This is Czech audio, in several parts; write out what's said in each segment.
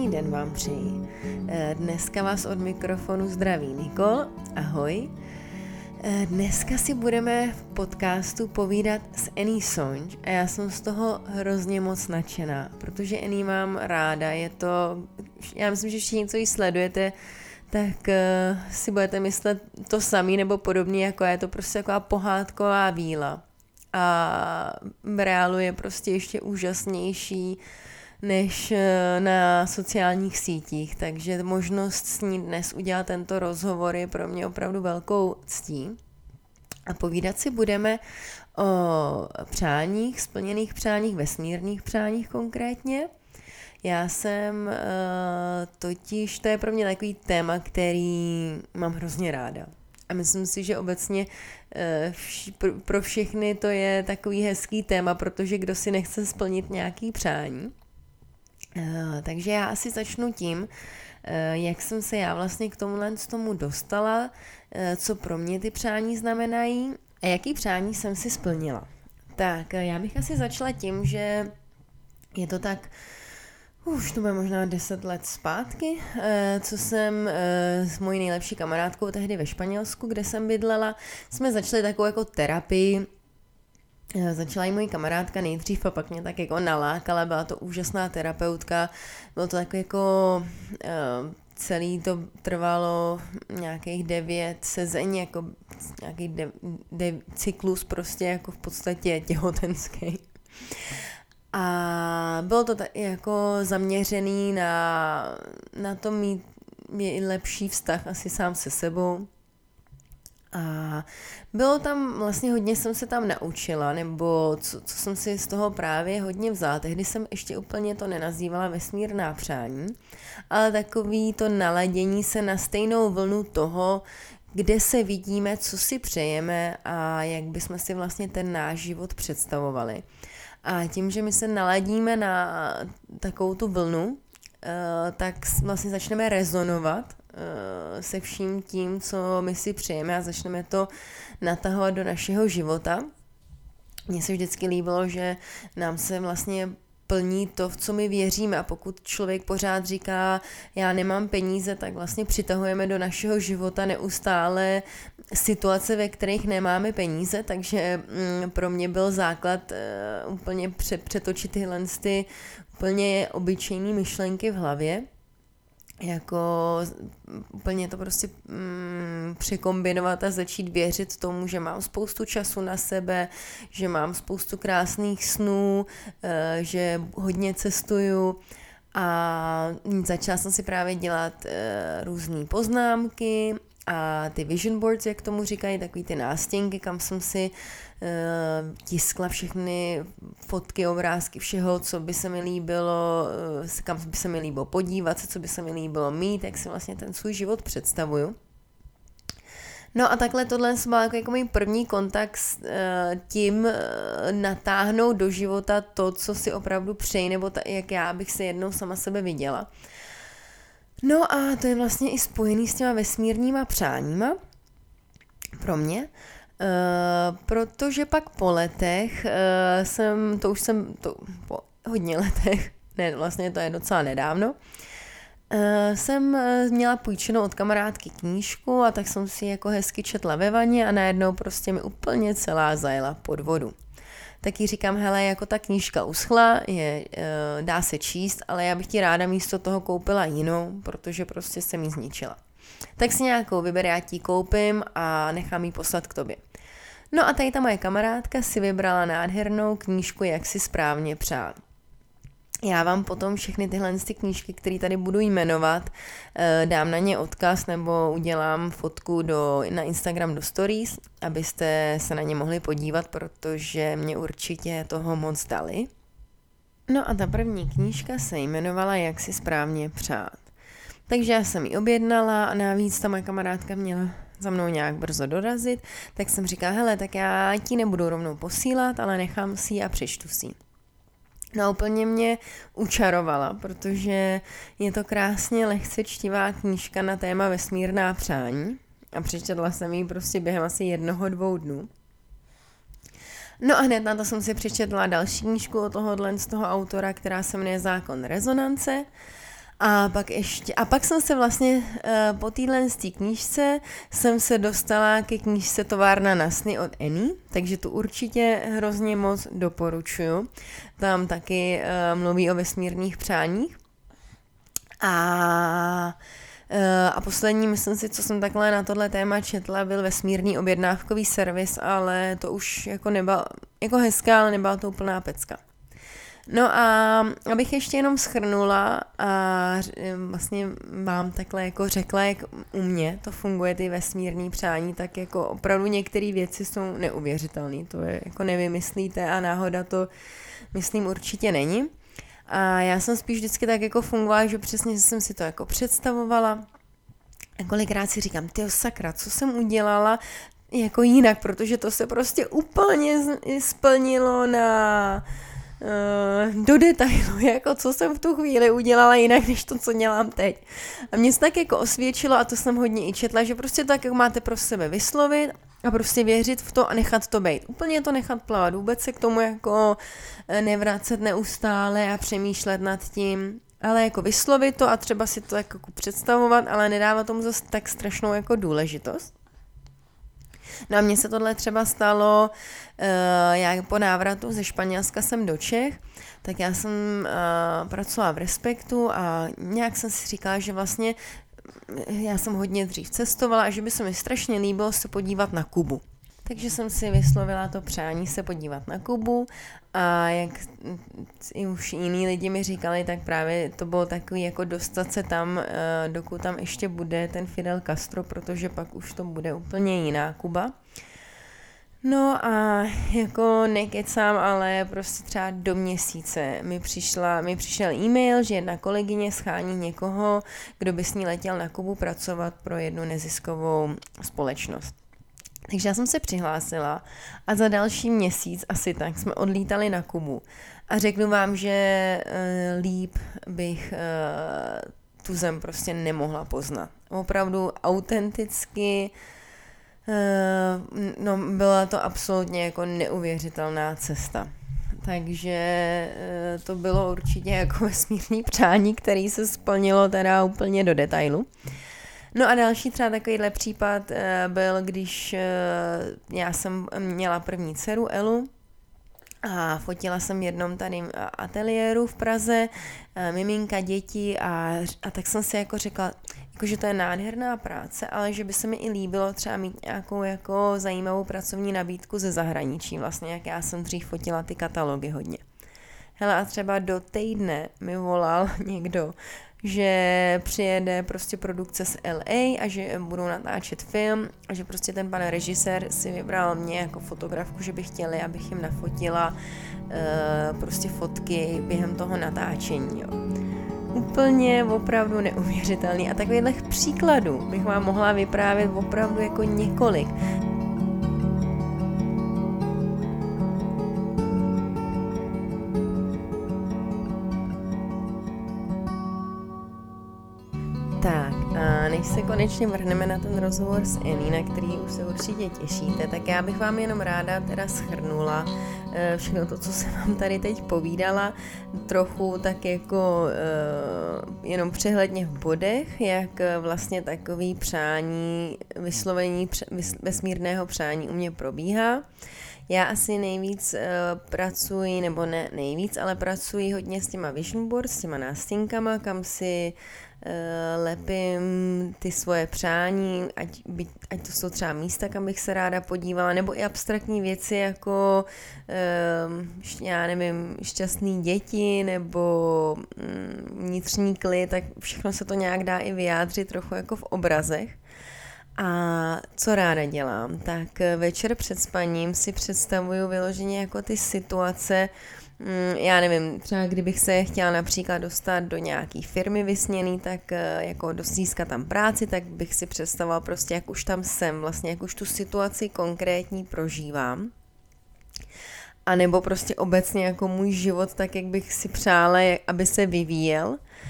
Krásný den vám přeji. Dneska vás od mikrofonu zdraví Nikol. Ahoj. Dneska si budeme v podcastu povídat s Annie Songe a já jsem z toho hrozně moc nadšená, protože Annie mám ráda, já myslím, že všichni, co ji sledujete, tak si budete myslet to samý nebo podobně, jako je to prostě taková pohádková víla. A v reálu je prostě ještě úžasnější než na sociálních sítích, takže možnost s ní dnes udělat tento rozhovor je pro mě opravdu velkou ctí. A povídat si budeme o přáních, splněných přáních, vesmírných přáních konkrétně. Já jsem totiž, to je pro mě takový téma, který mám hrozně ráda. A myslím si, že obecně pro všechny to je takový hezký téma, protože kdo si nechce splnit nějaký přání. Takže já asi začnu tím, jak jsem se já vlastně k tomu dostala, co pro mě ty přání znamenají a jaký přání jsem si splnila. Tak já bych asi začala tím, že je to tak, už to bude možná 10 let zpátky, co jsem s mojí nejlepší kamarádkou tehdy ve Španělsku, kde jsem bydlela, jsme začali takovou jako terapii. Začala jí mojí kamarádka nejdřív a pak mě tak jako nalákala, byla to úžasná terapeutka, bylo to takový jako celý to trvalo nějakých 9 sezení, jako nějaký cyklus prostě jako v podstatě těhotenský. A bylo to jako zaměřený na to mít lepší vztah asi sám se sebou. A bylo tam vlastně hodně jsem se tam naučila, nebo co jsem si z toho právě hodně vzala. Tehdy jsem ještě úplně to nenazývala vesmírná přání, ale takový to naladění se na stejnou vlnu toho, kde se vidíme, co si přejeme a jak bychom si vlastně ten náš život představovali. A tím, že my se naladíme na takovou tu vlnu, tak vlastně začneme rezonovat se vším tím, co my si přejeme a začneme to natahovat do našeho života. Mně se vždycky líbilo, že nám se vlastně plní to, v co my věříme a pokud člověk pořád říká, já nemám peníze, tak vlastně přitahujeme do našeho života neustále situace, ve kterých nemáme peníze, takže pro mě byl základ úplně přetočit tyhle úplně obyčejné myšlenky v hlavě, jako úplně to prostě překombinovat a začít věřit tomu, že mám spoustu času na sebe, že mám spoustu krásných snů, že hodně cestuju a začala jsem si právě dělat různé poznámky a ty vision boards, jak tomu říkají, takový ty nástěnky, kam jsem si tiskla všechny fotky, obrázky, všeho, co by se mi líbilo, kam by se mi líbilo podívat se, co by se mi líbilo mít, jak si vlastně ten svůj život představuju. No a takhle tohle byl jako můj první kontakt s tím natáhnout do života to, co si opravdu přeji, nebo jak já bych se jednou sama sebe viděla. No a to je vlastně i spojený s těma vesmírníma přáníma pro mě, protože pak po letech po hodně letech, ne, vlastně to je docela nedávno, jsem měla půjčenou od kamarádky knížku a tak jsem si jako hezky četla ve vaně a najednou prostě mi úplně celá zajela pod vodu. Tak jí říkám, hele, jako ta knížka uschla, dá se číst, ale já bych ti ráda místo toho koupila jinou, protože prostě jsem ji zničila. Tak si nějakou vyber, já ti koupím a nechám ji poslat k tobě. No a tady ta moje kamarádka si vybrala nádhernou knížku, jak si správně přát. Já vám potom všechny tyhle knížky, které tady budu jmenovat, dám na ně odkaz nebo udělám fotku na Instagram do stories, abyste se na ně mohli podívat, protože mě určitě toho moc dali. No a ta první knížka se jmenovala Jak si správně přát. Takže já jsem ji objednala a navíc ta moje kamarádka měla za mnou nějak brzo dorazit, tak jsem říkala, hele, tak já ti nebudu rovnou posílat, ale nechám si ji a přečtu si. No úplně mě učarovala, protože je to krásně lehce čtivá knížka na téma vesmírná přání a přečetla jsem ji prostě během asi 1-2 dnů. No a hned na to jsem si přečetla další knížku od z toho autora, která se jmenuje Zákon rezonance A pak jsem se vlastně po téhle knížce jsem se dostala ke knížce Továrna na sny od Annie, takže tu určitě hrozně moc doporučuju. Tam taky mluví o vesmírných přáních. A poslední, myslím si, co jsem takhle na tohle téma četla, byl vesmírný objednávkový servis, ale to už jako nebyla, jako hezká, ale nebyla to úplná pecka. No a abych ještě jenom shrnula a vlastně vám takhle jako řekla, jak u mě to funguje, ty vesmírný přání, tak jako opravdu některé věci jsou neuvěřitelné, to je jako nevymyslíte a náhoda to myslím určitě není. A já jsem spíš vždycky tak jako fungovala, že přesně jsem si to jako představovala a kolikrát si říkám, tyjo sakra, co jsem udělala jako jinak, protože to se prostě úplně splnilo do detailu, jako co jsem v tu chvíli udělala jinak, než to, co dělám teď. A mě se tak jako osvědčilo, a to jsem hodně i četla, že prostě tak jako máte pro sebe vyslovit a prostě věřit v to a nechat to být. Úplně to nechat plavat, vůbec se k tomu jako nevracet neustále a přemýšlet nad tím, ale jako vyslovit to a třeba si to jako představovat, ale nedávat tomu zase tak strašnou jako důležitost. No a mně se tohle třeba stalo, já po návratu ze Španělska jsem do Čech, tak já jsem pracovala v Respektu a nějak jsem si říkala, že vlastně já jsem hodně dřív cestovala a že by se mi strašně líbilo se podívat na Kubu. Takže jsem si vyslovila to přání se podívat na Kubu a jak i už jiní lidi mi říkali, tak právě to bylo takový jako dostat se tam, dokud tam ještě bude ten Fidel Castro, protože pak už to bude úplně jiná Kuba. No a jako nekecám, ale prostě třeba do měsíce mi přišel e-mail, že jedna kolegyně schání někoho, kdo by s ní letěl na Kubu pracovat pro jednu neziskovou společnost. Takže já jsem se přihlásila a za další měsíc asi tak jsme odlítali na Kubu. A řeknu vám, že líp bych tu zem prostě nemohla poznat. Opravdu autenticky, byla to absolutně jako neuvěřitelná cesta. Takže to bylo určitě jako vesmírný přání, který se splnilo teda úplně do detailu. No a další třeba takovýhle případ byl, když já jsem měla první dceru Elu a fotila jsem jednom tady ateliéru v Praze, miminka, děti a tak jsem si jako řekla, že to je nádherná práce, ale že by se mi i líbilo třeba mít nějakou jako zajímavou pracovní nabídku ze zahraničí, vlastně jak já jsem dřív fotila ty katalogy hodně. Hele a třeba do týdne mi volal někdo, že přijede prostě produkce z LA a že budou natáčet film a že prostě ten pan režisér si vybral mě jako fotografku, že by chtěli, abych jim nafotila prostě fotky během toho natáčení. Jo. Úplně opravdu neuvěřitelný a takových příkladů bych vám mohla vyprávět opravdu jako několik. Tak a než se konečně vrhneme na ten rozhovor s Annie, na který už se určitě těšíte, tak já bych vám jenom ráda teda shrnula všechno to, co jsem vám tady teď povídala, trochu tak jako jenom přehledně v bodech, jak vlastně takový přání, vyslovení vesmírného přání u mě probíhá. Já asi nejvíc pracuji, nebo ne nejvíc, ale pracuji hodně s těma vision boards, s těma nástěnkama, kam si lepím ty svoje přání, ať to jsou třeba místa, kam bych se ráda podívala, nebo i abstraktní věci jako já nevím, šťastný děti nebo vnitřní klid, tak všechno se to nějak dá i vyjádřit trochu jako v obrazech. A co ráda dělám, tak večer před spaním si představuju vyloženě jako ty situace, já nevím, třeba kdybych se chtěla například dostat do nějaký firmy vysněný, tak jako získat tam práci, tak bych si představovala prostě, jak už tam jsem, vlastně jak už tu situaci konkrétní prožívám. A nebo prostě obecně jako můj život, tak jak bych si přála, aby se vyvíjel.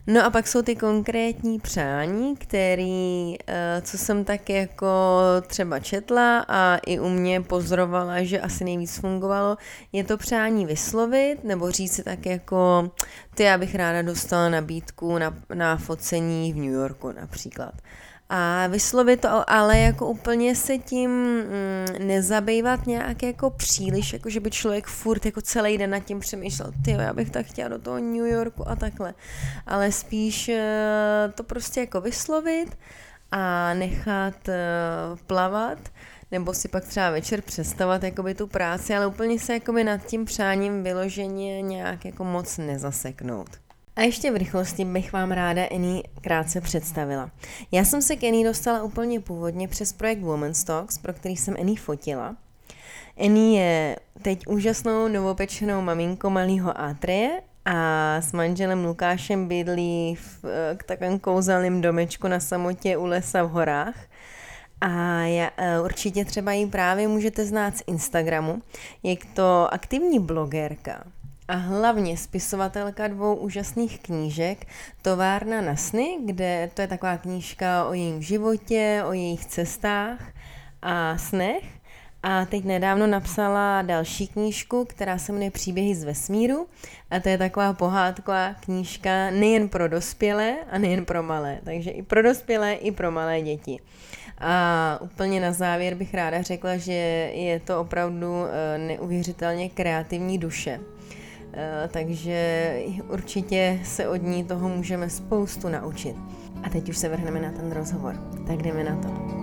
No a pak jsou ty konkrétní přání, který, co jsem tak jako třeba četla a i u mě pozorovala, že asi nejvíc fungovalo, je to přání vyslovit, nebo říct si tak jako, já bych ráda dostala nabídku na focení v New Yorku například. A vyslovit to, ale jako úplně se tím nezabývat nějak jako příliš, jako že by člověk furt jako celý den nad tím přemýšlel, já bych tak chtěla do toho New Yorku a takhle. Ale spíš to prostě jako vyslovit a nechat plavat, nebo si pak třeba večer představovat jakoby tu práci, ale úplně se jakoby nad tím přáním vyloženě nějak jako moc nezaseknout. A ještě v rychlosti bych vám ráda Annie krátce představila. Já jsem se k Annie dostala úplně původně přes projekt Women's Talks, pro který jsem Annie fotila. Annie je teď úžasnou novopečenou maminkou malého Atreje a s manželem Lukášem bydlí v takovém kouzelném domečku na samotě u lesa v horách. A určitě třeba ji právě můžete znát z Instagramu. Je to aktivní blogerka a hlavně spisovatelka 2 úžasných knížek Továrna na sny, kde to je taková knížka o jejím životě, o jejich cestách a snech. A teď nedávno napsala další knížku, která se jmenuje Příběhy z vesmíru a to je taková pohádková knížka nejen pro dospělé a nejen pro malé, takže i pro dospělé, i pro malé děti. A úplně na závěr bych ráda řekla, že je to opravdu neuvěřitelně kreativní duše. Takže určitě se od ní toho můžeme spoustu naučit. A teď už se vrhneme na ten rozhovor. Tak jdeme na to.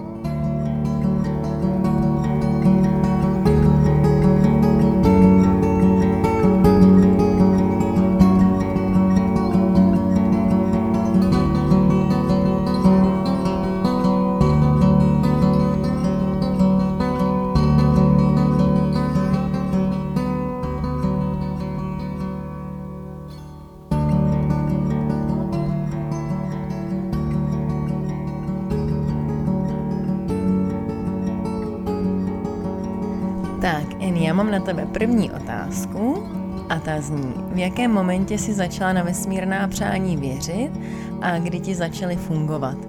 Tak, Annie, já mám na tebe první otázku a ta zní, v jakém momentě jsi začala na vesmírná přání věřit a kdy ti začaly fungovat?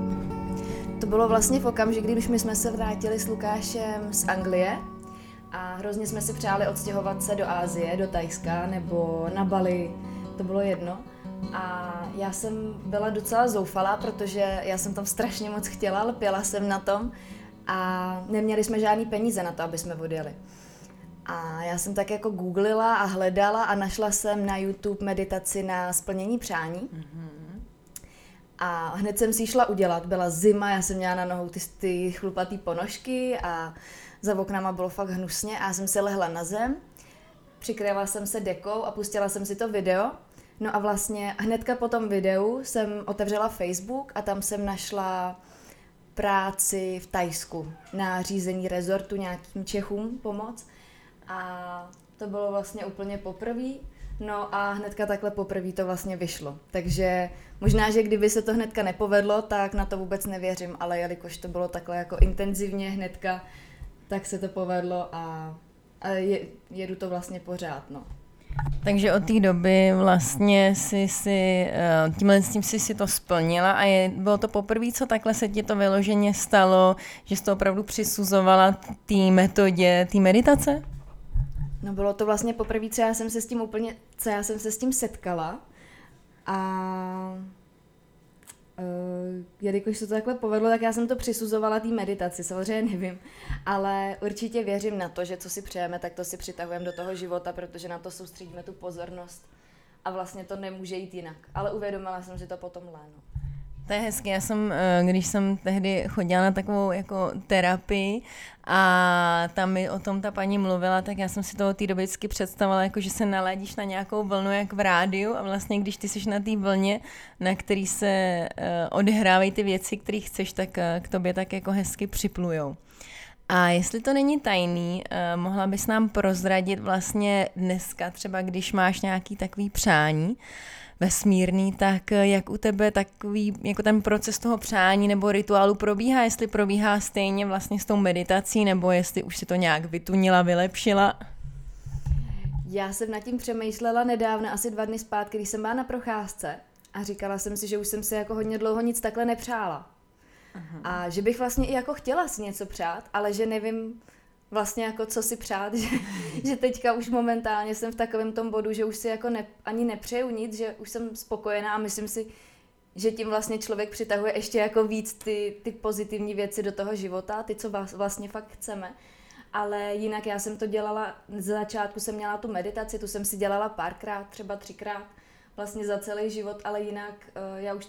To bylo vlastně v okamžiku, když my jsme se vrátili s Lukášem z Anglie a hrozně jsme si přáli odstěhovat se do Asie, do Thajska nebo na Bali, to bylo jedno. A já jsem byla docela zoufalá, protože já jsem tam strašně moc chtěla, lpěla jsem na tom a neměli jsme žádný peníze na to, aby jsme odjeli. A já jsem tak jako googlila a hledala a našla jsem na YouTube meditaci na splnění přání. Mm-hmm. A hned jsem si ji šla udělat. Byla zima, já jsem měla na nohou ty chlupatý ponožky a za oknama bylo fakt hnusně a já jsem se lehla na zem, přikryla jsem se dekou a pustila jsem si to video. No a vlastně hnedka po tom videu jsem otevřela Facebook a tam jsem našla práci v Thajsku na řízení rezortu nějakým Čechům pomoct. A to bylo vlastně úplně poprvé. No a hnedka takhle poprvé to vlastně vyšlo. Takže možná, že kdyby se to hnedka nepovedlo, tak na to vůbec nevěřím, ale jelikož to bylo takhle jako intenzivně hnedka, tak se to povedlo a jedu to vlastně pořád, no. Takže od té doby vlastně tímhle s tím si to splnila a bylo to poprvé, co takhle se ti to vyloženě stalo, že jsi to opravdu přisuzovala té metodě, té meditace? No bylo to vlastně poprvé, co já jsem se s tím setkala a jelikož se to takhle povedlo, tak já jsem to přisuzovala té meditaci, samozřejmě nevím, ale určitě věřím na to, že co si přejeme, tak to si přitahujeme do toho života, protože na to soustředíme tu pozornost a vlastně to nemůže jít jinak, ale uvědomila jsem si to potom léno. To je hezky, když jsem tehdy chodila na takovou jako terapii a tam mi o tom ta paní mluvila, tak já jsem si to od té doby vždycky představovala, jako že se naladíš na nějakou vlnu jak v rádiu a vlastně když ty jsi na té vlně, na který se odehrávají ty věci, které chceš, tak k tobě tak jako hezky připlujou. A jestli to není tajný, mohla bys nám prozradit vlastně dneska, třeba když máš nějaký takový přání vesmírný, tak jak u tebe takový, jako ten proces toho přání nebo rituálu probíhá, jestli probíhá stejně vlastně s tou meditací, nebo jestli už si to nějak vytunila, vylepšila? Já jsem nad tím přemýšlela nedávno, asi 2 dny zpátky, když jsem byla na procházce a říkala jsem si, že už jsem si jako hodně dlouho nic takhle nepřála. Aha. A že bych vlastně i jako chtěla si něco přát, ale že nevím vlastně jako co si přát, že teďka už momentálně jsem v takovém tom bodu, že už si jako ani nepřeju nic, že už jsem spokojená a myslím si, že tím vlastně člověk přitahuje ještě jako víc ty pozitivní věci do toho života, ty, co vlastně fakt chceme. Ale jinak já jsem to dělala, z začátku jsem měla tu meditaci, tu jsem si dělala párkrát, třeba 3krát vlastně za celý život, ale jinak já už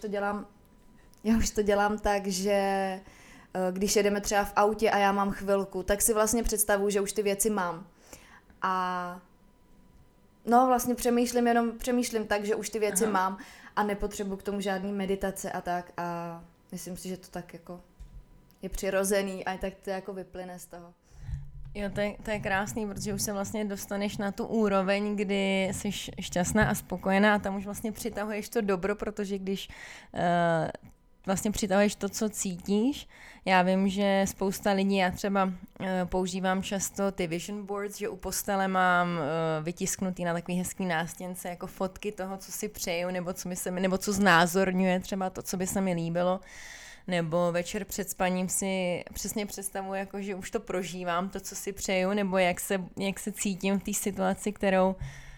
to dělám tak, že když jedeme třeba v autě a já mám chvilku, tak si vlastně představuju, že už ty věci mám. A no vlastně přemýšlím tak, že už ty věci mám a nepotřebuji k tomu žádný meditace a tak a myslím si, že to tak jako je přirozený a tak to jako vyplyne z toho. Jo, to je krásný, protože už se vlastně dostaneš na tu úroveň, kdy jsi šťastná a spokojená a tam už vlastně přitahuješ to dobro, protože když vlastně přitahuješ to, co cítíš. Já vím, že spousta lidí, já třeba používám často ty vision boards, že u postele mám vytisknutý na takový hezký nástěnce jako fotky toho, co si přeju, nebo co znázorňuje třeba to, co by se mi líbilo. Nebo večer před spaním si přesně představuji, jako, že už to prožívám, to, co si přeju, nebo jak se cítím v té situaci, kterou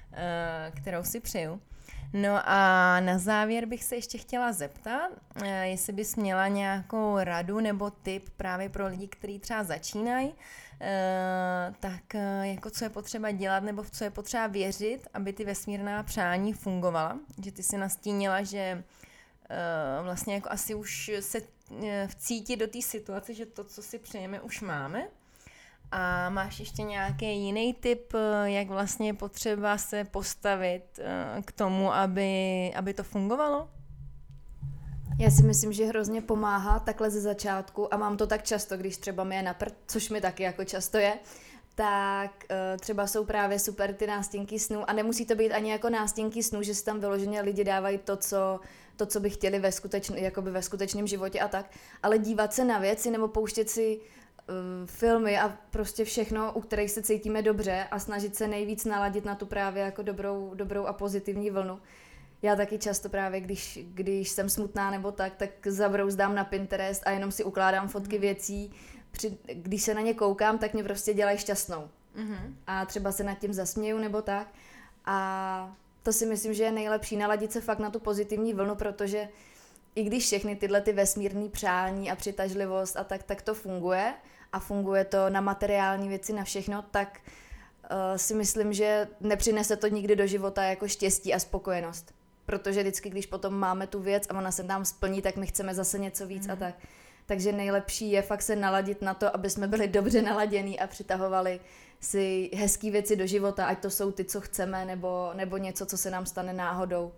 si přeju. No a na závěr bych se ještě chtěla zeptat, jestli bys měla nějakou radu nebo tip právě pro lidi, kteří třeba začínají, tak jako co je potřeba dělat nebo v co je potřeba věřit, aby ty vesmírná přání fungovala. Že ty si nastínila, že vlastně jako asi už se vcítit do té situace, že to, co si přejeme, už máme. A máš ještě nějaký jiný tip, jak vlastně potřeba se postavit k tomu, aby to fungovalo? Já si myslím, že hrozně pomáhá takhle ze začátku a mám to tak často, když třeba mi je na prd, což mi taky jako často je, tak třeba jsou právě super ty nástěnky snů a nemusí to být ani jako nástěnky snů, že si tam vyloženě lidi dávají to, co by chtěli ve skutečném životě a tak, ale dívat se na věci nebo pouštět si filmy a prostě všechno, u kterých se cítíme dobře a snažit se nejvíc naladit na tu právě jako dobrou a pozitivní vlnu. Já taky často právě, když jsem smutná nebo tak zabrouzdám na Pinterest a jenom si ukládám fotky věcí, když se na ně koukám, tak mě prostě dělají šťastnou. Mm-hmm. A třeba se nad tím zasměju nebo tak. A to si myslím, že je nejlepší naladit se fakt na tu pozitivní vlnu, protože i když všechny tyhle ty vesmírný přání a přitažlivost a tak to funguje a funguje to na materiální věci, na všechno, tak si myslím, že nepřinese to nikdy do života jako štěstí a spokojenost. Protože vždycky, když potom máme tu věc a ona se nám splní, tak my chceme zase něco víc a tak. Takže nejlepší je fakt se naladit na to, aby jsme byli dobře naladění a přitahovali si hezký věci do života, ať to jsou ty, co chceme, nebo něco, co se nám stane náhodou.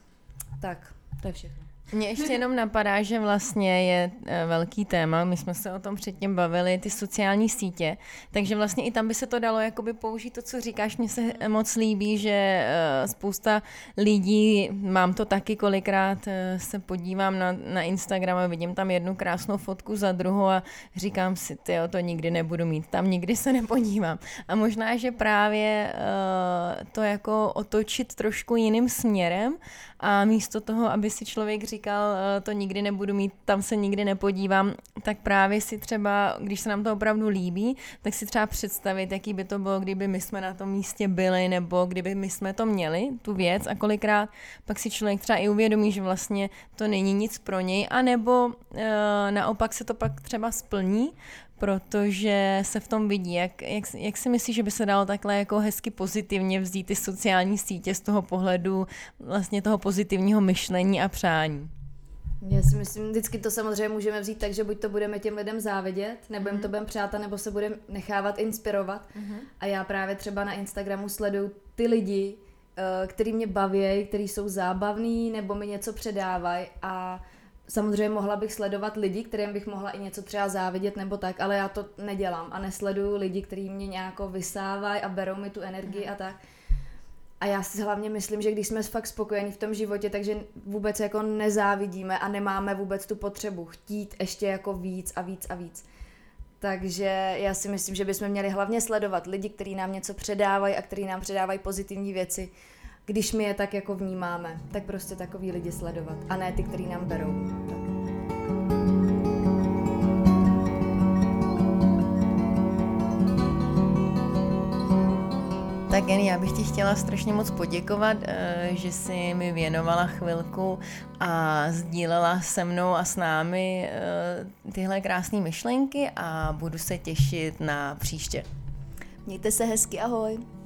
Tak, to je všechno. Mně ještě jenom napadá, že vlastně je velký téma, my jsme se o tom předtím bavili, ty sociální sítě, takže vlastně i tam by se to dalo jakoby použít to, co říkáš, mně se moc líbí, že spousta lidí, mám to taky kolikrát, se podívám na Instagram a vidím tam jednu krásnou fotku za druhou a říkám si, tyjo, to nikdy nebudu mít, tam nikdy se nepodívám. A možná, že právě to jako otočit trošku jiným směrem a místo toho, aby si člověk říkal, to nikdy nebudu mít, tam se nikdy nepodívám, tak právě si třeba, když se nám to opravdu líbí, tak si třeba představit, jaký by to bylo, kdyby my jsme na tom místě byli, nebo kdyby my jsme to měli, tu věc a kolikrát pak si člověk třeba i uvědomí, že vlastně to není nic pro něj, anebo naopak se to pak třeba splní, protože se v tom vidí. Jak si myslíš, že by se dalo takhle jako hezky pozitivně vzít ty sociální sítě z toho pohledu vlastně toho pozitivního myšlení a přání? Já si myslím, vždycky to samozřejmě můžeme vzít tak, že buď to budeme těm lidem závidět, nebo jim to budeme přát, nebo se budeme nechávat inspirovat. A já právě třeba na Instagramu sleduju ty lidi, který mě baví, který jsou zábavní, nebo mi něco předávají a samozřejmě mohla bych sledovat lidi, kterým bych mohla i něco třeba závidět nebo tak, ale já to nedělám a nesleduju lidi, kteří mě nějako vysávají a berou mi tu energii a tak. A já si hlavně myslím, že když jsme fakt spokojení v tom životě, takže vůbec jako nezávidíme a nemáme vůbec tu potřebu chtít ještě jako víc a víc a víc. Takže já si myslím, že bychom měli hlavně sledovat lidi, kteří nám něco předávají a kteří nám předávají pozitivní věci když my je tak jako vnímáme, tak prostě takový lidi sledovat a ne ty, který nám berou. Tak Jenny, já bych ti chtěla strašně moc poděkovat, že jsi mi věnovala chvilku a sdílela se mnou a s námi tyhle krásné myšlenky a budu se těšit na příště. Mějte se hezky, ahoj!